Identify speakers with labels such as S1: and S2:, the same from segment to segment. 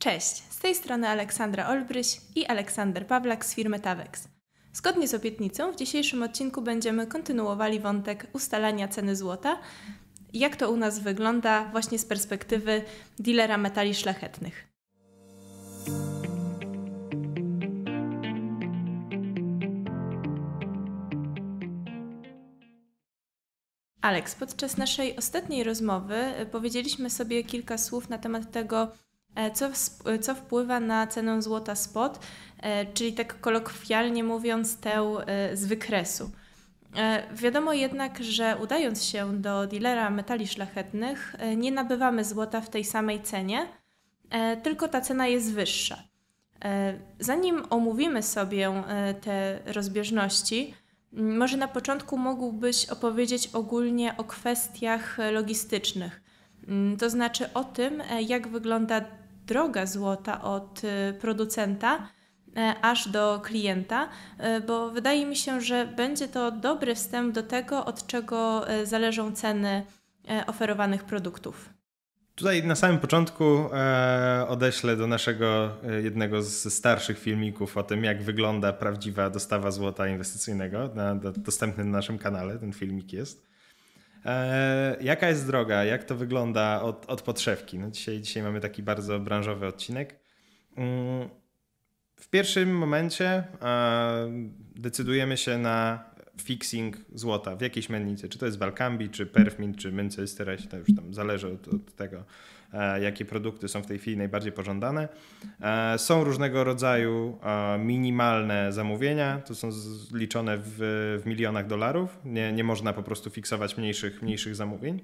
S1: Cześć, z tej strony Aleksandra Olbryś i Aleksander Pawlak z firmy Tawex. Zgodnie z obietnicą w dzisiejszym odcinku będziemy kontynuowali wątek ustalania ceny złota. Jak to u nas wygląda właśnie z perspektywy dealera metali szlachetnych. Aleks, podczas naszej ostatniej rozmowy powiedzieliśmy sobie kilka słów na temat tego, co wpływa na cenę złota spot, czyli tak kolokwialnie mówiąc tę z wykresu. Wiadomo jednak, że udając się do dealera metali szlachetnych nie nabywamy złota w tej samej cenie, tylko ta cena jest wyższa. Zanim omówimy sobie te rozbieżności, może na początku mógłbyś opowiedzieć ogólnie o kwestiach logistycznych, to znaczy o tym, jak wygląda droga złota od producenta aż do klienta, bo wydaje mi się, że będzie to dobry wstęp do tego, od czego zależą ceny oferowanych produktów.
S2: Tutaj na samym początku odeślę do naszego jednego z starszych filmików o tym, jak wygląda prawdziwa dostawa złota inwestycyjnego, dostępny na naszym kanale, ten filmik jest. Jaka jest droga, jak to wygląda od podszewki? No dzisiaj mamy taki bardzo branżowy odcinek. W pierwszym momencie decydujemy się na fixing złota w jakiejś mennicy. Czy to jest Valcambi, czy Perfmint, czy Münzösterreich, to już tam zależy od tego, jakie produkty są w tej chwili najbardziej pożądane. Są różnego rodzaju minimalne zamówienia, to są liczone w milionach dolarów. Nie można po prostu fiksować mniejszych zamówień.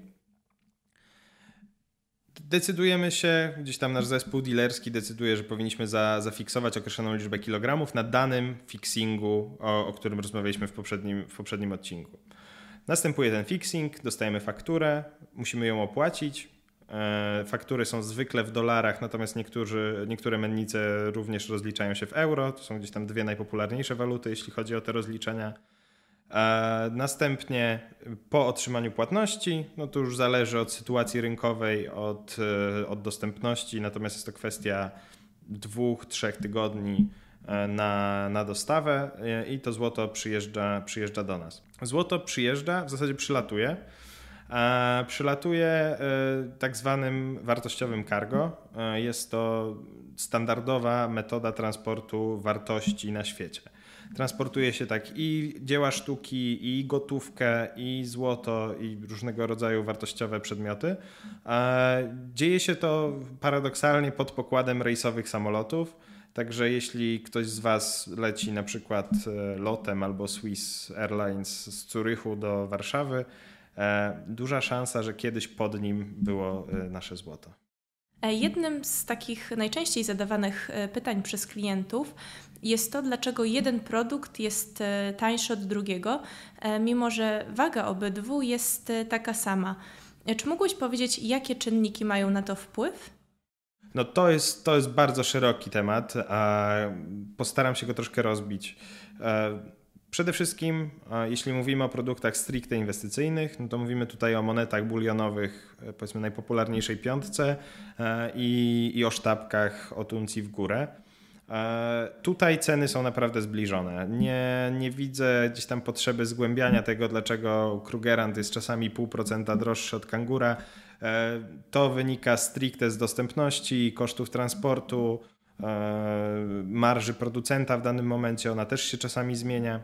S2: Decydujemy się, gdzieś tam nasz zespół dealerski decyduje, że powinniśmy zafiksować określoną liczbę kilogramów na danym fixingu, o którym rozmawialiśmy w poprzednim odcinku. Następuje ten fixing, dostajemy fakturę, musimy ją opłacić. Faktury są zwykle w dolarach, natomiast niektóre mennice również rozliczają się w euro. To są gdzieś tam dwie najpopularniejsze waluty, jeśli chodzi o te rozliczenia. Następnie po otrzymaniu płatności, no to już zależy od sytuacji rynkowej, od dostępności, natomiast jest to kwestia 2-3 tygodni na dostawę i to złoto przyjeżdża do nas. Złoto przyjeżdża, w zasadzie przylatuje. Przylatuje tak zwanym wartościowym cargo. Jest to standardowa metoda transportu wartości na świecie. Transportuje się tak i dzieła sztuki, i gotówkę, i złoto, i różnego rodzaju wartościowe przedmioty. Dzieje się to paradoksalnie pod pokładem rejsowych samolotów. Także jeśli ktoś z Was leci na przykład lotem albo Swiss Airlines z Zurychu do Warszawy, duża szansa, że kiedyś pod nim było nasze złoto.
S1: Jednym z takich najczęściej zadawanych pytań przez klientów jest to, dlaczego jeden produkt jest tańszy od drugiego, mimo że waga obydwu jest taka sama. Czy mógłbyś powiedzieć, jakie czynniki mają na to wpływ?
S2: No to jest bardzo szeroki temat, a postaram się go troszkę rozbić. Przede wszystkim, jeśli mówimy o produktach stricte inwestycyjnych, no to mówimy tutaj o monetach bulionowych, powiedzmy najpopularniejszej piątce i o sztabkach od uncji w górę. Tutaj ceny są naprawdę zbliżone. Nie widzę gdzieś tam potrzeby zgłębiania tego, dlaczego Krugerrand jest czasami 0,5% droższy od Kangura. To wynika stricte z dostępności, kosztów transportu, marży producenta w danym momencie. Ona też się czasami zmienia.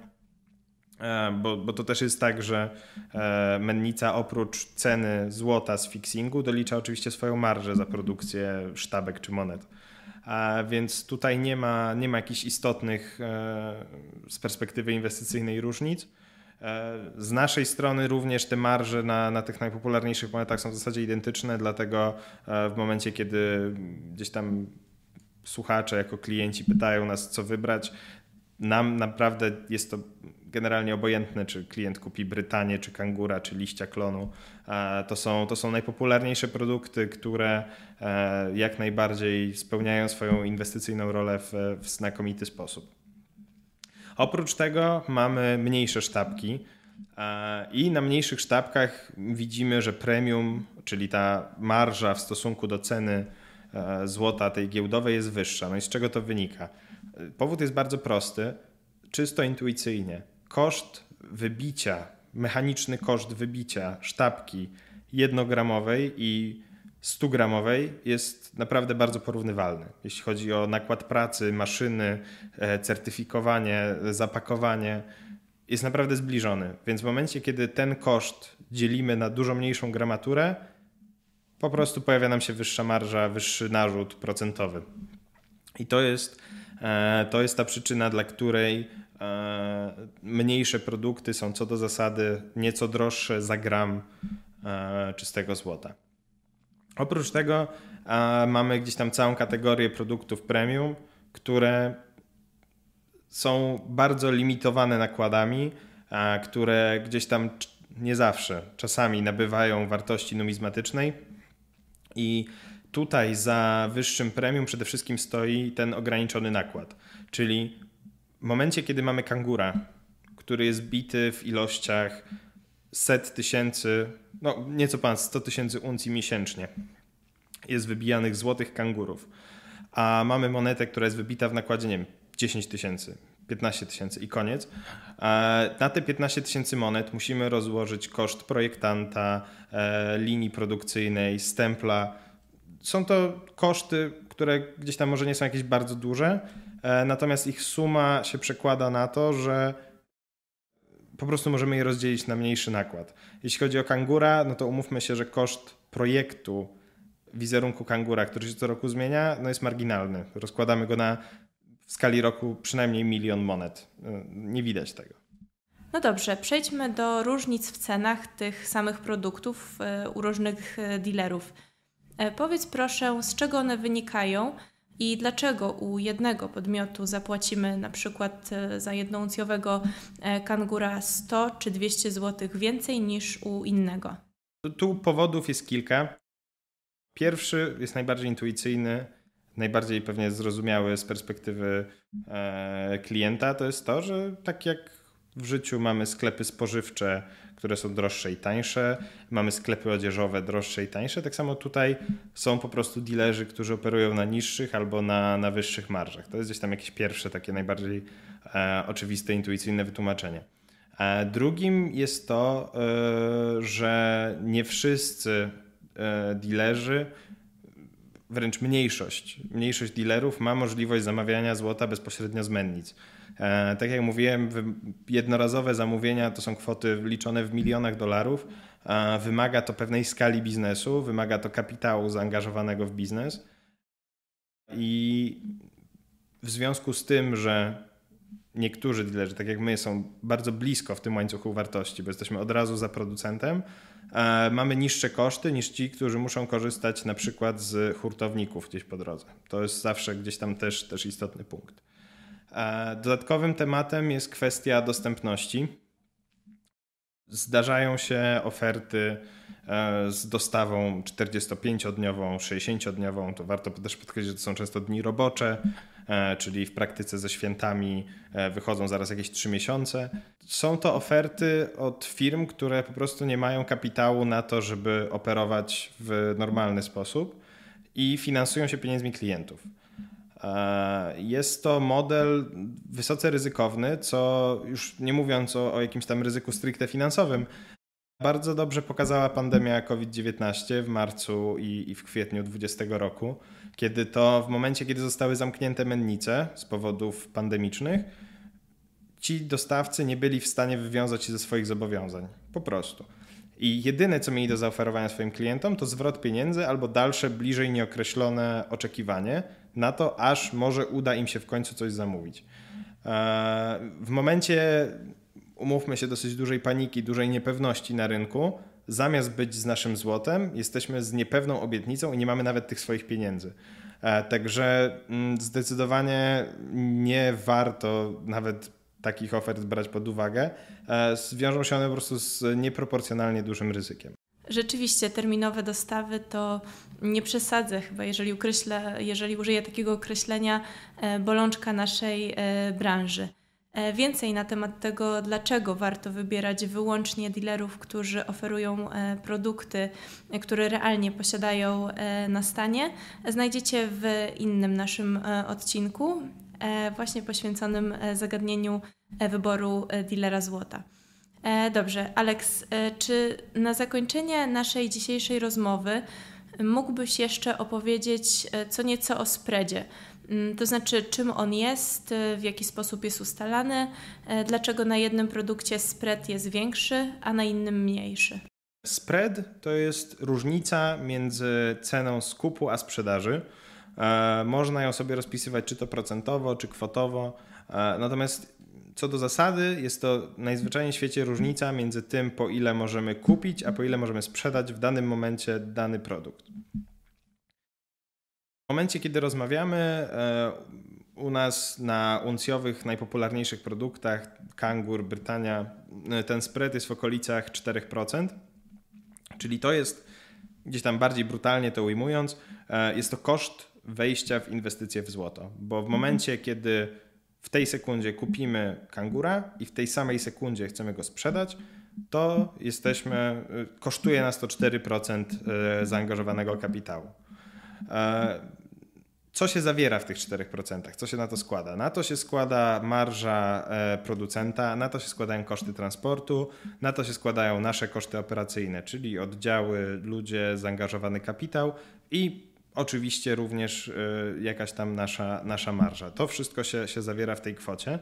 S2: Bo to też jest tak, że mennica oprócz ceny złota z fixingu dolicza oczywiście swoją marżę za produkcję sztabek czy monet. Więc tutaj nie ma jakichś istotnych z perspektywy inwestycyjnej różnic. Z naszej strony również te marże na tych najpopularniejszych monetach są w zasadzie identyczne, dlatego w momencie, kiedy gdzieś tam słuchacze jako klienci pytają nas, co wybrać, nam naprawdę jest to generalnie obojętne, czy klient kupi Brytanię, czy Kangura, czy liścia klonu. To są najpopularniejsze produkty, które jak najbardziej spełniają swoją inwestycyjną rolę w znakomity sposób. Oprócz tego mamy mniejsze sztabki i na mniejszych sztabkach widzimy, że premium, czyli ta marża w stosunku do ceny złota tej giełdowej jest wyższa. No i z czego to wynika? Powód jest bardzo prosty, czysto intuicyjnie. Koszt wybicia, mechaniczny koszt wybicia sztabki 1-gramowej i 100-gramowej jest naprawdę bardzo porównywalny. Jeśli chodzi o nakład pracy, maszyny, certyfikowanie, zapakowanie, jest naprawdę zbliżony. Więc w momencie, kiedy ten koszt dzielimy na dużo mniejszą gramaturę, po prostu pojawia nam się wyższa marża, wyższy narzut procentowy. I to jest ta przyczyna, dla której mniejsze produkty są co do zasady nieco droższe za gram czystego złota. Oprócz tego mamy gdzieś tam całą kategorię produktów premium, które są bardzo limitowane nakładami, które gdzieś tam nie zawsze, czasami nabywają wartości numizmatycznej i tutaj za wyższym premium przede wszystkim stoi ten ograniczony nakład. Czyli w momencie, kiedy mamy kangura, który jest bity w ilościach 100 tysięcy, no nieco ponad 100 tysięcy uncji miesięcznie, jest wybijanych złotych kangurów, a mamy monetę, która jest wybita w nakładzie, nie wiem, 10 tysięcy, 15 tysięcy i koniec. Na te 15 tysięcy monet musimy rozłożyć koszt projektanta, linii produkcyjnej, stempla. Są to koszty, które gdzieś tam może nie są jakieś bardzo duże, natomiast ich suma się przekłada na to, że po prostu możemy je rozdzielić na mniejszy nakład. Jeśli chodzi o kangura, no to umówmy się, że koszt projektu wizerunku kangura, który się co roku zmienia, no jest marginalny. Rozkładamy go w skali roku przynajmniej 1 milion monet. Nie widać tego.
S1: No dobrze, przejdźmy do różnic w cenach tych samych produktów u różnych dealerów. Powiedz proszę, z czego one wynikają i dlaczego u jednego podmiotu zapłacimy na przykład za jednouncjowego kangura 100 czy 200 zł więcej niż u innego?
S2: Tu powodów jest kilka. Pierwszy jest najbardziej intuicyjny, najbardziej pewnie zrozumiały z perspektywy klienta, to jest to, że tak jak w życiu mamy sklepy spożywcze, które są droższe i tańsze, mamy sklepy odzieżowe droższe i tańsze, tak samo tutaj są po prostu dealerzy, którzy operują na niższych albo na wyższych marżach. To jest gdzieś tam jakieś pierwsze takie najbardziej oczywiste, intuicyjne wytłumaczenie. Drugim jest to, że nie wszyscy dealerzy, wręcz mniejszość dealerów ma możliwość zamawiania złota bezpośrednio z mennic. Tak jak mówiłem, jednorazowe zamówienia to są kwoty liczone w milionach dolarów. Wymaga to pewnej skali biznesu, wymaga to kapitału zaangażowanego w biznes. I w związku z tym, że niektórzy dealerzy, tak jak my, są bardzo blisko w tym łańcuchu wartości, bo jesteśmy od razu za producentem, mamy niższe koszty niż ci, którzy muszą korzystać na przykład z hurtowników gdzieś po drodze. To jest zawsze gdzieś tam też istotny punkt. Dodatkowym tematem jest kwestia dostępności. Zdarzają się oferty z dostawą 45-dniową, 60-dniową. To warto też podkreślić, że to są często dni robocze, czyli w praktyce ze świętami wychodzą zaraz jakieś 3 miesiące. Są to oferty od firm, które po prostu nie mają kapitału na to, żeby operować w normalny sposób i finansują się pieniędzmi klientów. Jest to model wysoce ryzykowny, co już nie mówiąc o jakimś tam ryzyku stricte finansowym, bardzo dobrze pokazała pandemia COVID-19 w marcu i w kwietniu 2020 roku, kiedy to w momencie, kiedy zostały zamknięte mennice z powodów pandemicznych, ci dostawcy nie byli w stanie wywiązać się ze swoich zobowiązań. Po prostu. I jedyne, co mieli do zaoferowania swoim klientom, to zwrot pieniędzy albo dalsze, bliżej nieokreślone oczekiwanie na to, aż może uda im się w końcu coś zamówić. W momencie, umówmy się, dosyć dużej paniki, dużej niepewności na rynku, zamiast być z naszym złotem, jesteśmy z niepewną obietnicą i nie mamy nawet tych swoich pieniędzy. Także zdecydowanie nie warto nawet takich ofert brać pod uwagę. Wiążą się one po prostu z nieproporcjonalnie dużym ryzykiem.
S1: Rzeczywiście terminowe dostawy to nie przesadzę chyba, jeżeli użyję takiego określenia, bolączka naszej branży. Więcej na temat tego, dlaczego warto wybierać wyłącznie dealerów, którzy oferują produkty, które realnie posiadają na stanie, znajdziecie w innym naszym odcinku, właśnie poświęconym zagadnieniu wyboru dealera złota. Dobrze, Alex, czy na zakończenie naszej dzisiejszej rozmowy mógłbyś jeszcze opowiedzieć co nieco o spreadzie? To znaczy, czym on jest, w jaki sposób jest ustalany, dlaczego na jednym produkcie spread jest większy, a na innym mniejszy?
S2: Spread to jest różnica między ceną skupu a sprzedaży. Można ją sobie rozpisywać czy to procentowo, czy kwotowo. Natomiast co do zasady jest to najzwyczajniej w świecie różnica między tym, po ile możemy kupić, a po ile możemy sprzedać w danym momencie dany produkt. W momencie, kiedy rozmawiamy u nas na uncjowych, najpopularniejszych produktach, Kangur, Brytania, ten spread jest w okolicach 4%, czyli to jest, gdzieś tam bardziej brutalnie to ujmując, jest to koszt wejścia w inwestycje w złoto, bo w momencie, kiedy w tej sekundzie kupimy Kangura i w tej samej sekundzie chcemy go sprzedać, to kosztuje nas to 4% zaangażowanego kapitału. Co się zawiera w tych 4%? Co się na to składa? Na to się składa marża producenta, na to się składają koszty transportu, na to się składają nasze koszty operacyjne, czyli oddziały, ludzie, zaangażowany kapitał i oczywiście również jakaś tam nasza marża. To wszystko się zawiera w tej kwocie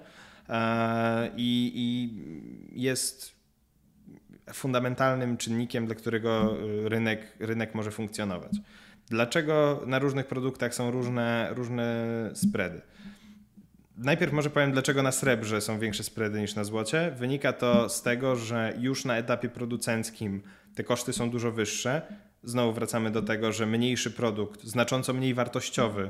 S2: i jest fundamentalnym czynnikiem, dla którego rynek może funkcjonować. Dlaczego na różnych produktach są różne spready? Najpierw może powiem, dlaczego na srebrze są większe spready niż na złocie. Wynika to z tego, że już na etapie producenckim te koszty są dużo wyższe. Znowu wracamy do tego, że mniejszy produkt, znacząco mniej wartościowy,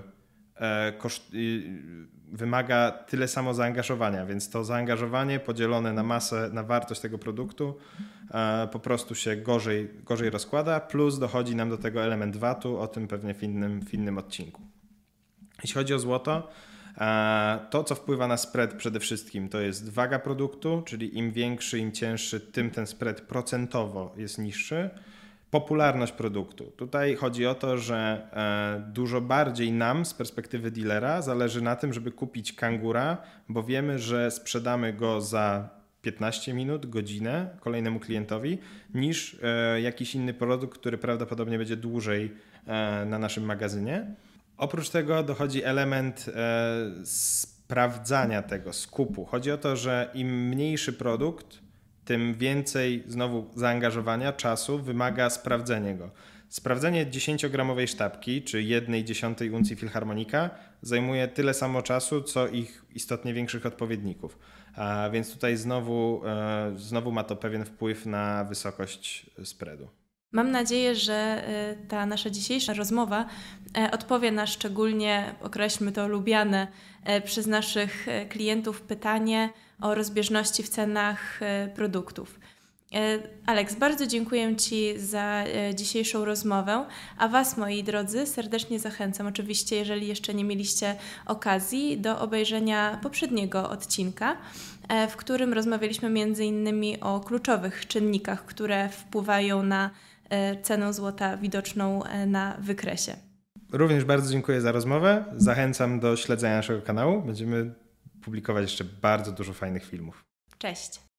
S2: wymaga tyle samo zaangażowania, więc to zaangażowanie podzielone na masę, na wartość tego produktu po prostu się gorzej rozkłada, plus dochodzi nam do tego element VAT-u, o tym pewnie w innym odcinku. Jeśli chodzi o złoto, to co wpływa na spread przede wszystkim to jest waga produktu, czyli im większy, im cięższy, tym ten spread procentowo jest niższy. Popularność produktu. Tutaj chodzi o to, że dużo bardziej nam z perspektywy dealera zależy na tym, żeby kupić Kangura, bo wiemy, że sprzedamy go za 15 minut, godzinę kolejnemu klientowi, niż jakiś inny produkt, który prawdopodobnie będzie dłużej na naszym magazynie. Oprócz tego dochodzi element sprawdzania tego skupu. Chodzi o to, że im mniejszy produkt, tym więcej znowu zaangażowania, czasu wymaga sprawdzenie go. Sprawdzenie 10-gramowej sztabki, czy 1/10 uncji filharmonika zajmuje tyle samo czasu, co ich istotnie większych odpowiedników. A więc tutaj znowu ma to pewien wpływ na wysokość spreadu.
S1: Mam nadzieję, że ta nasza dzisiejsza rozmowa odpowie na szczególnie, określmy to, lubiane przez naszych klientów pytanie o rozbieżności w cenach produktów. Alex, bardzo dziękuję Ci za dzisiejszą rozmowę, a Was, moi drodzy, serdecznie zachęcam, oczywiście, jeżeli jeszcze nie mieliście okazji, do obejrzenia poprzedniego odcinka, w którym rozmawialiśmy m.in. o kluczowych czynnikach, które wpływają na cenę złota widoczną na wykresie.
S2: Również bardzo dziękuję za rozmowę. Zachęcam do śledzenia naszego kanału. Będziemy publikować jeszcze bardzo dużo fajnych filmów.
S1: Cześć!